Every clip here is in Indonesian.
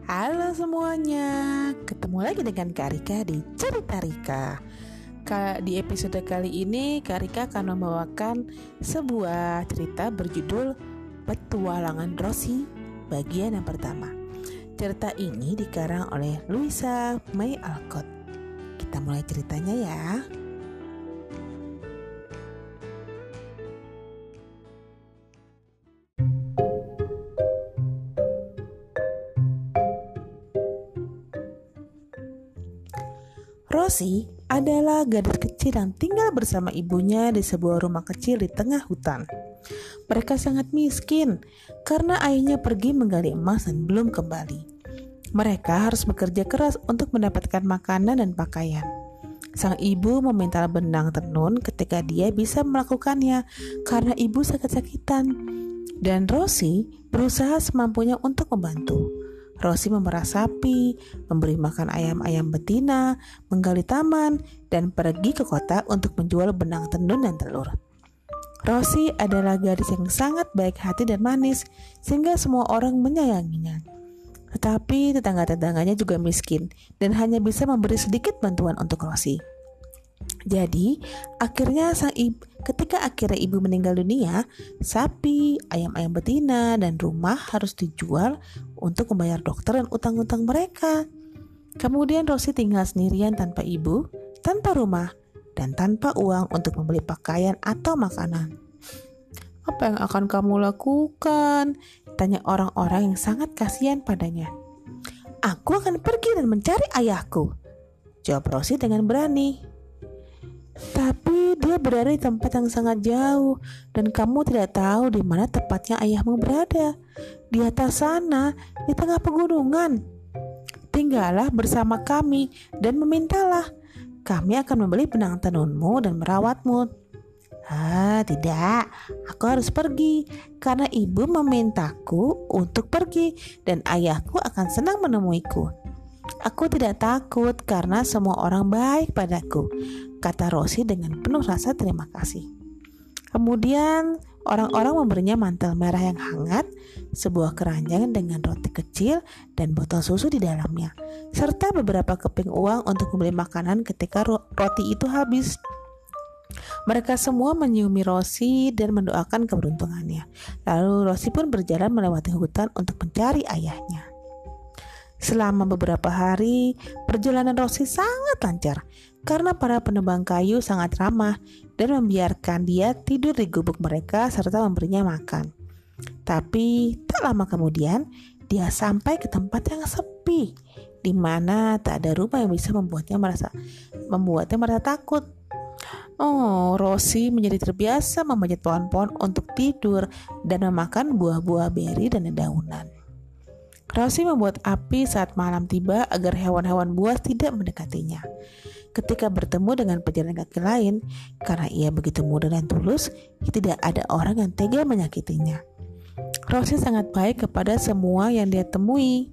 Halo semuanya, ketemu lagi dengan Kak Rika di Cerita Rika. Di episode kali ini Kak Rika akan membawakan sebuah cerita berjudul Petualangan Rosie bagian yang pertama. Cerita ini dikarang oleh Louisa May Alcott. Kita mulai ceritanya ya. Rosie adalah gadis kecil yang tinggal bersama ibunya di sebuah rumah kecil di tengah hutan. Mereka sangat miskin karena ayahnya pergi menggali emas dan belum kembali. Mereka harus bekerja keras untuk mendapatkan makanan dan pakaian. Sang ibu meminta benang tenun ketika dia bisa melakukannya karena ibu sakit-sakitan. Dan Rosie berusaha semampunya untuk membantu. Rosie memerah sapi, memberi makan ayam-ayam betina, menggali taman, dan pergi ke kota untuk menjual benang tenun dan telur. Rosie adalah gadis yang sangat baik hati dan manis, sehingga semua orang menyayanginya. Tetapi tetangga-tetangganya juga miskin, dan hanya bisa memberi sedikit bantuan untuk Rosie. Jadi, ketika akhirnya ibu meninggal dunia, sapi, ayam-ayam betina, dan rumah harus dijual untuk membayar dokter dan utang-utang mereka. Kemudian Rosie tinggal sendirian tanpa ibu, tanpa rumah, dan tanpa uang untuk membeli pakaian atau makanan. "Apa yang akan kamu lakukan?" tanya orang-orang yang sangat kasihan padanya. "Aku akan pergi dan mencari ayahku," jawab Rosie dengan berani. "Tapi dia berada di tempat yang sangat jauh dan kamu tidak tahu di mana tepatnya ayahmu berada. Di atas sana, di tengah pegunungan. Tinggallah bersama kami dan memintalah. Kami akan membeli benang tenunmu dan merawatmu." Tidak, aku harus pergi karena ibu memintaku untuk pergi dan ayahku akan senang menemuiku. Aku tidak takut karena semua orang baik padaku, kata Rosie dengan penuh rasa terima kasih. Kemudian orang-orang memberinya mantel merah yang hangat, sebuah keranjang dengan roti kecil dan botol susu di dalamnya, serta beberapa keping uang untuk membeli makanan ketika roti itu habis. Mereka semua menyiumi Rosie dan mendoakan keberuntungannya. Lalu Rosie pun berjalan melewati hutan untuk mencari ayahnya. Selama beberapa hari, perjalanan Rosie sangat lancar karena para penebang kayu sangat ramah dan membiarkan dia tidur di gubuk mereka serta memberinya makan. Tapi tak lama kemudian, dia sampai ke tempat yang sepi, di mana tak ada rumah yang bisa membuatnya merasa takut. Rosie menjadi terbiasa memanjat pohon-pohon untuk tidur dan memakan buah-buah beri dan dedaunan. Rosie membuat api saat malam tiba agar hewan-hewan buas tidak mendekatinya. Ketika bertemu dengan pejalan kaki lain, karena ia begitu muda dan tulus, tidak ada orang yang tega menyakitinya. Rosie sangat baik kepada semua yang dia temui.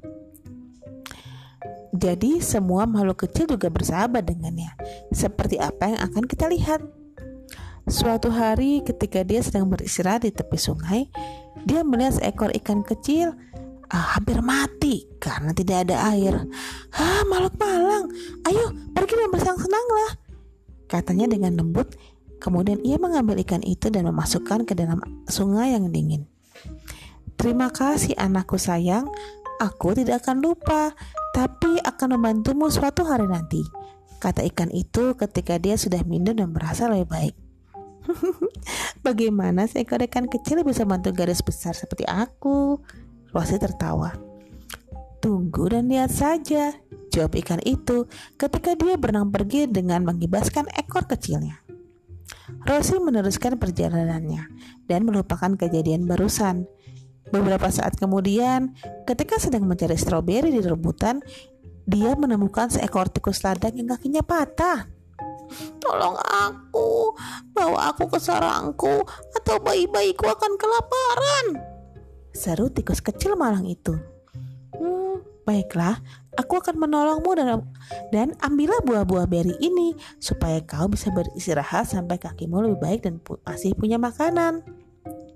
Jadi semua makhluk kecil juga bersahabat dengannya, seperti apa yang akan kita lihat. Suatu hari ketika dia sedang beristirahat di tepi sungai, dia melihat seekor ikan kecil hampir mati karena tidak ada air. Makhluk malang, ayo pergi dan bersenang-senanglah, katanya dengan lembut. Kemudian ia mengambil ikan itu dan memasukkan ke dalam sungai yang dingin. "Terima kasih anakku sayang, aku tidak akan lupa, tapi akan membantumu suatu hari nanti," kata ikan itu ketika dia sudah minum dan merasa lebih baik. "Bagaimana seekor ikan kecil bisa membantu gadis besar seperti aku?" Rosie tertawa. "Tunggu dan lihat saja," jawab ikan itu ketika dia berenang pergi dengan mengibaskan ekor kecilnya. Rosie meneruskan perjalanannya dan melupakan kejadian barusan. Beberapa saat kemudian, ketika sedang mencari stroberi di rebutan, dia menemukan seekor tikus ladang yang kakinya patah. "Tolong aku, bawa aku ke sarangku atau bayi-bayiku akan kelaparan," seru tikus kecil malang itu. "Baiklah, aku akan menolongmu dan ambillah buah-buah beri ini supaya kau bisa beristirahat sampai kakimu lebih baik dan masih punya makanan."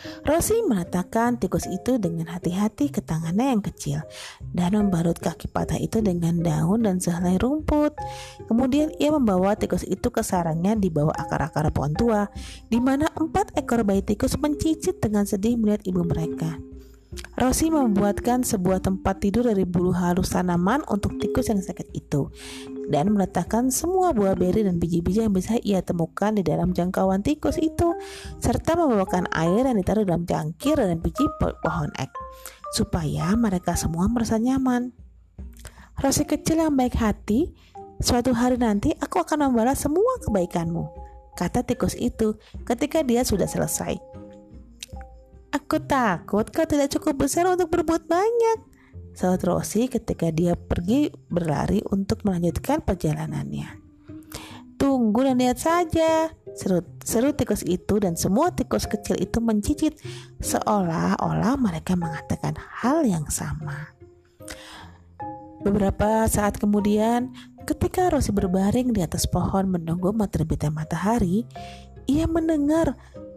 Rosie meletakkan tikus itu dengan hati-hati ke tangannya yang kecil dan membalut kaki patah itu dengan daun dan sehelai rumput. Kemudian ia membawa tikus itu ke sarangnya di bawah akar-akar pohon tua, di mana 4 ekor bayi tikus mencicit dengan sedih melihat ibu mereka. Rosie membuatkan sebuah tempat tidur dari bulu halus tanaman untuk tikus yang sakit itu dan meletakkan semua buah beri dan biji-biji yang bisa ia temukan di dalam jangkauan tikus itu, serta membawakan air yang ditaruh dalam cangkir dan biji pohon ek supaya mereka semua merasa nyaman. Rosie kecil yang baik hati, suatu hari nanti aku akan membalas semua kebaikanmu, kata tikus itu ketika dia sudah selesai. Aku takut kau tidak cukup besar untuk berbuat banyak, saut Rosie ketika dia pergi berlari untuk melanjutkan perjalanannya. Tunggu dan lihat saja, seru tikus itu, dan semua tikus kecil itu mencicit seolah-olah mereka mengatakan hal yang sama. Beberapa saat kemudian, ketika Rosie berbaring di atas pohon menunggu terbitnya matahari, ia mendengar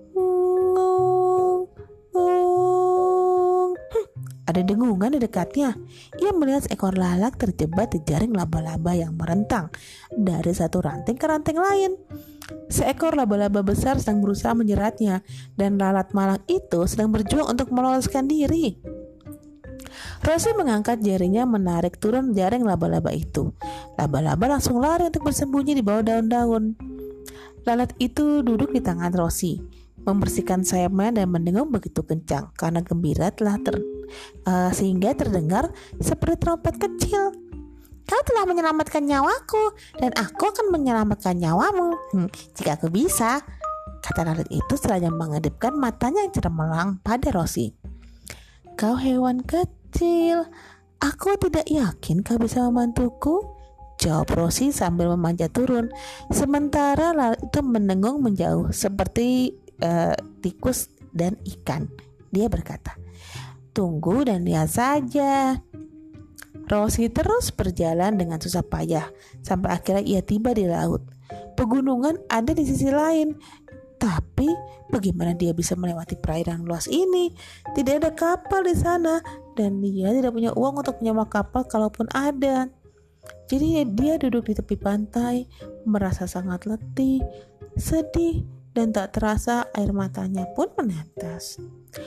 ada dengungan di dekatnya. Ia melihat seekor lalat terjebak di jaring laba-laba yang merentang dari satu ranting ke ranting lain. Seekor laba-laba besar sedang berusaha menjeratnya, dan lalat malang itu sedang berjuang untuk meloloskan diri. Rosie mengangkat jarinya menarik turun jaring laba-laba itu. Laba-laba langsung lari untuk bersembunyi di bawah daun-daun. Lalat itu duduk di tangan Rosie, membersihkan sayapnya dan mendengung begitu kencang karena gembira sehingga terdengar seperti trompet kecil. Kau telah menyelamatkan nyawaku dan aku akan menyelamatkan nyawamu, jika aku bisa, kata lalat itu setelah mengedipkan matanya yang cemerlang pada Rosie. Kau hewan kecil, aku tidak yakin kau bisa membantuku, jawab Rosie sambil memanjat turun, sementara lalat itu mendengung menjauh seperti tikus dan ikan. Dia berkata, tunggu dan lihat saja. Rosie terus berjalan dengan susah payah sampai akhirnya ia tiba di laut. Pegunungan ada di sisi lain, tapi bagaimana dia bisa melewati perairan luas ini? Tidak ada kapal di sana dan dia tidak punya uang untuk menyewa kapal kalaupun ada. Jadi dia duduk di tepi pantai, merasa sangat letih, sedih, dan tak terasa air matanya pun menetes.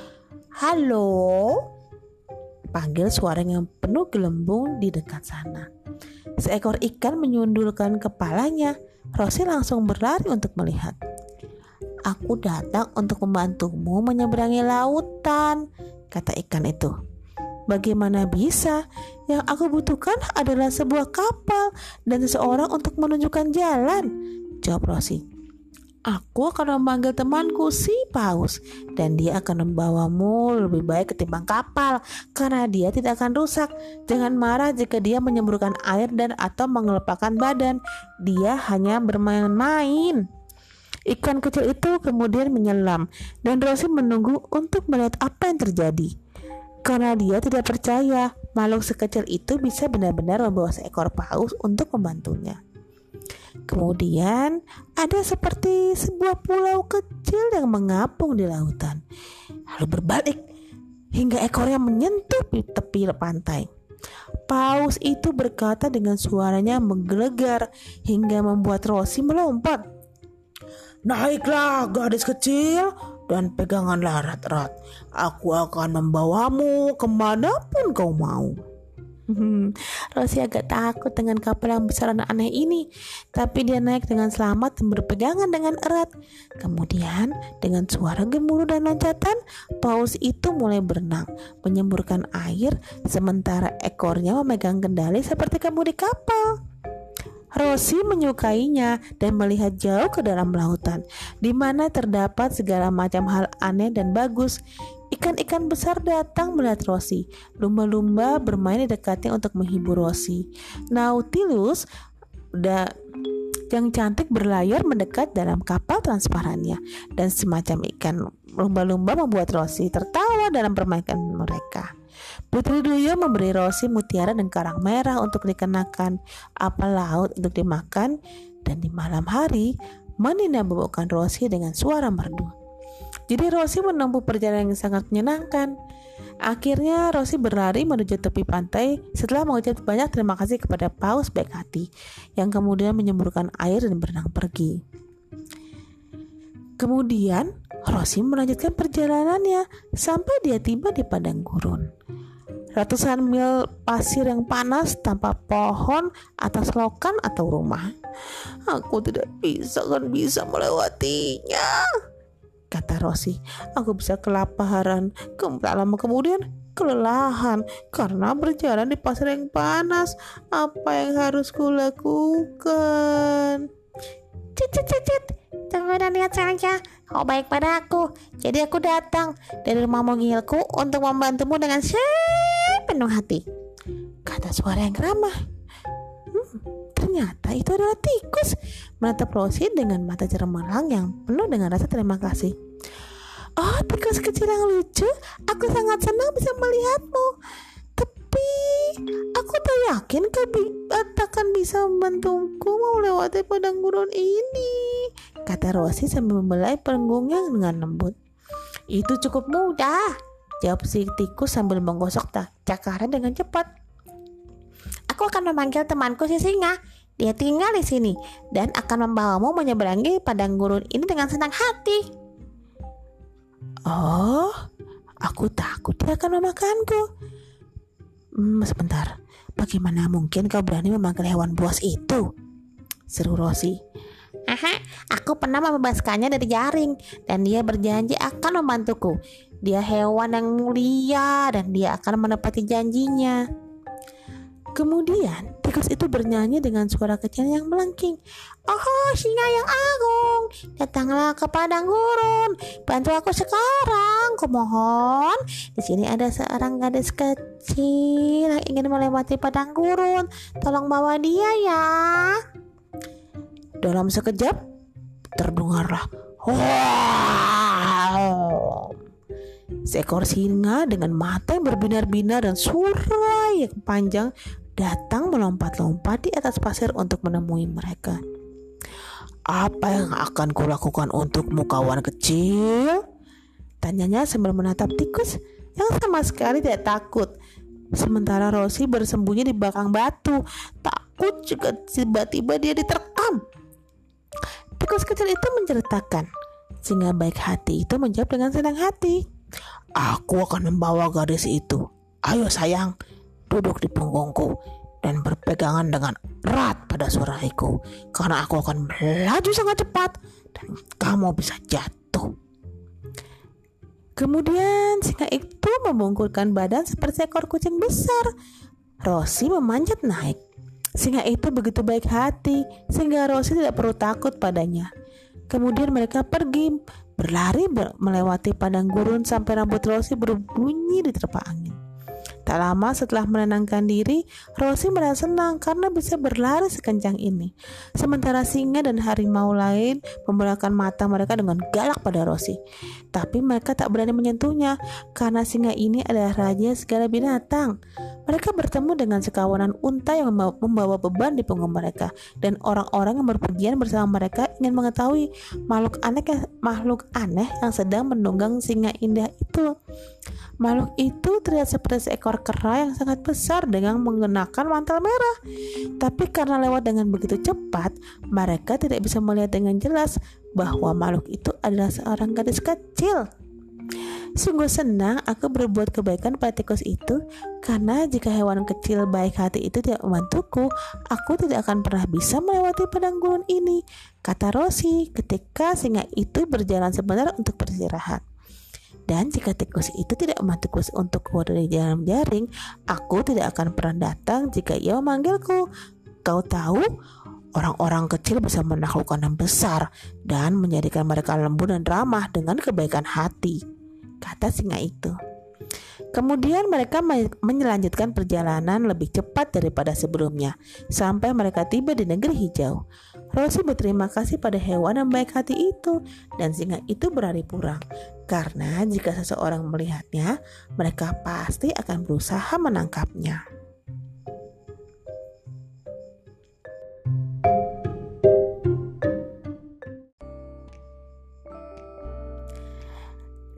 Halo, panggil suara yang penuh gelembung di dekat sana. Seekor ikan menyundulkan kepalanya. Rosie langsung berlari untuk melihat. Aku datang untuk membantumu menyeberangi lautan, kata ikan itu. Bagaimana bisa? Yang aku butuhkan adalah sebuah kapal dan seseorang untuk menunjukkan jalan, jawab Rosie. Aku akan memanggil temanku si paus dan dia akan membawamu lebih baik ketimbang kapal karena dia tidak akan rusak. Jangan marah jika dia menyemburkan air dan atau mengelepaskan badan. Dia hanya bermain-main. Ikan kecil itu kemudian menyelam dan Rosie menunggu untuk melihat apa yang terjadi. Karena dia tidak percaya makhluk sekecil itu bisa benar-benar membawa seekor paus untuk membantunya. Kemudian ada seperti sebuah pulau kecil yang mengapung di lautan, lalu berbalik hingga ekornya menyentuh tepi pantai. Paus itu berkata dengan suaranya menggelegar hingga membuat Rosie melompat. Naiklah gadis kecil dan peganganlah erat-erat. Aku akan membawamu kemanapun kau mau. Rosie agak takut dengan kapal yang besar dan aneh ini, tapi dia naik dengan selamat dan berpegangan dengan erat. Kemudian dengan suara gemuruh dan loncatan, paus itu mulai berenang, menyemburkan air, sementara ekornya memegang kendali seperti kemudi kapal. Rosie menyukainya dan melihat jauh ke dalam lautan, di mana terdapat segala macam hal aneh dan bagus. Ikan-ikan besar datang melihat Rosie. Lumba-lumba bermain di dekatnya untuk menghibur Rosie. Nautilus yang cantik berlayar mendekat dalam kapal transparannya, dan semacam ikan lumba-lumba membuat Rosie tertawa dalam permainan mereka. Putri Duyung memberi Rosie mutiara dan karang merah untuk dikenakan, apel laut untuk dimakan, dan di malam hari Manina membawakan Rosie dengan suara merdu. Jadi Rosie menempuh perjalanan yang sangat menyenangkan. Akhirnya Rosie berlari menuju tepi pantai setelah mengucap banyak terima kasih kepada paus baik hati yang kemudian menyemburkan air dan berenang pergi. Kemudian Rosie melanjutkan perjalanannya sampai dia tiba di padang gurun. Ratusan mil pasir yang panas tanpa pohon atas lokan atau rumah. Aku tidak bisa melewatinya, kata Rosie. Aku bisa kelaparan, tak lama kemudian kelelahan karena berjalan di pasir yang panas. Apa yang harus kulakukan? Cit, tunggu dan lihat saja. Kau baik padaku, jadi aku datang dari rumah mungilku untuk membantumu dengan sepenuh hati, kata suara yang ramah. Ternyata itu adalah tikus menatap Rosie dengan mata cemerlang yang penuh dengan rasa terima kasih. Oh, tikus kecil yang lucu, aku sangat senang bisa melihatmu. Tapi aku tak yakin kau akan bisa membantuku melewati padang gurun ini, kata Rosie sambil membelai punggungnya dengan lembut. Itu cukup mudah, jawab si tikus sambil menggosok cakaran dengan cepat. Aku akan memanggil temanku si singa. Dia tinggal di sini dan akan membawamu menyeberangi padang gurun ini dengan senang hati. Oh, aku takut dia akan memakanku. Sebentar, bagaimana mungkin kau berani memanggil hewan buas itu? Seru Rosie. Aku pernah membebaskannya dari jaring dan dia berjanji akan membantuku. Dia hewan yang mulia dan dia akan menepati janjinya. Kemudian tikus itu bernyanyi dengan suara kecil yang melengking. Oh, singa yang agung, datanglah ke padang gurun, bantu aku sekarang, kumohon. Di sini ada seorang gadis kecil yang ingin melewati padang gurun. Tolong bawa dia ya. Dalam sekejap terdengarlah wow. Seekor singa dengan mata yang berbinar-binar dan suara yang panjang datang melompat-lompat di atas pasir untuk menemui mereka. Apa yang akan kulakukan untukmu, kawan kecil? Tanyanya sambil menatap tikus yang sama sekali tidak takut. Sementara Rosie bersembunyi di belakang batu, takut juga tiba-tiba dia diterkam. Tikus kecil itu menceritakan. Singa baik hati itu menjawab dengan senang hati. Aku akan membawa gadis itu. Ayo sayang, duduk di punggungku dan berpegangan dengan erat pada suraiku, karena aku akan melaju sangat cepat dan kamu bisa jatuh. Kemudian singa itu membungkukkan badan seperti ekor kucing besar. Rosie memanjat naik. Singa itu begitu baik hati sehingga Rosie tidak perlu takut padanya. Kemudian mereka pergi berlari melewati padang gurun sampai rambut Rosie berbunyi di terpa angin. Tak lama setelah menenangkan diri, Rosie merasa senang karena bisa berlari sekencang ini. Sementara singa dan harimau lain membelahkan mata mereka dengan galak pada Rosie. Tapi mereka tak berani menyentuhnya karena singa ini adalah raja segala binatang. Mereka bertemu dengan sekawanan unta yang membawa beban di punggung mereka, dan orang-orang yang berpergian bersama mereka ingin mengetahui makhluk aneh yang sedang menunggang singa indah itu. Makhluk itu terlihat seperti seekor kera yang sangat besar dengan mengenakan mantel merah. Tapi karena lewat dengan begitu cepat, mereka tidak bisa melihat dengan jelas bahwa makhluk itu adalah seorang gadis kecil. Sungguh senang aku berbuat kebaikan pada tikus itu, karena jika hewan kecil baik hati itu tidak membantuku, aku tidak akan pernah bisa melewati padang gurun ini, kata Rosie ketika singa itu berjalan sebentar untuk beristirahat. Dan jika tikus itu tidak membantuku untuk keluar dari dalam jaring, aku tidak akan pernah datang jika ia memanggilku. Kau tahu, orang-orang kecil bisa menaklukkan yang besar dan menjadikan mereka lembut dan ramah dengan kebaikan hati, kata singa itu. Kemudian mereka melanjutkan perjalanan lebih cepat daripada sebelumnya sampai mereka tiba di negeri hijau. Rosie berterima kasih pada hewan yang baik hati itu, dan singa itu berlari pulang karena jika seseorang melihatnya, mereka pasti akan berusaha menangkapnya.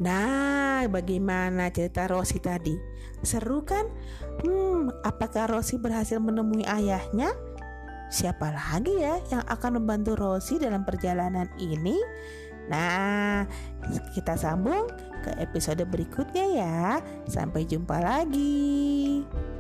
Nah, bagaimana cerita Rosie tadi? Seru kan? Apakah Rosie berhasil menemui ayahnya? Siapa lagi ya yang akan membantu Rosie dalam perjalanan ini? Nah, kita sambung ke episode berikutnya ya. Sampai jumpa lagi.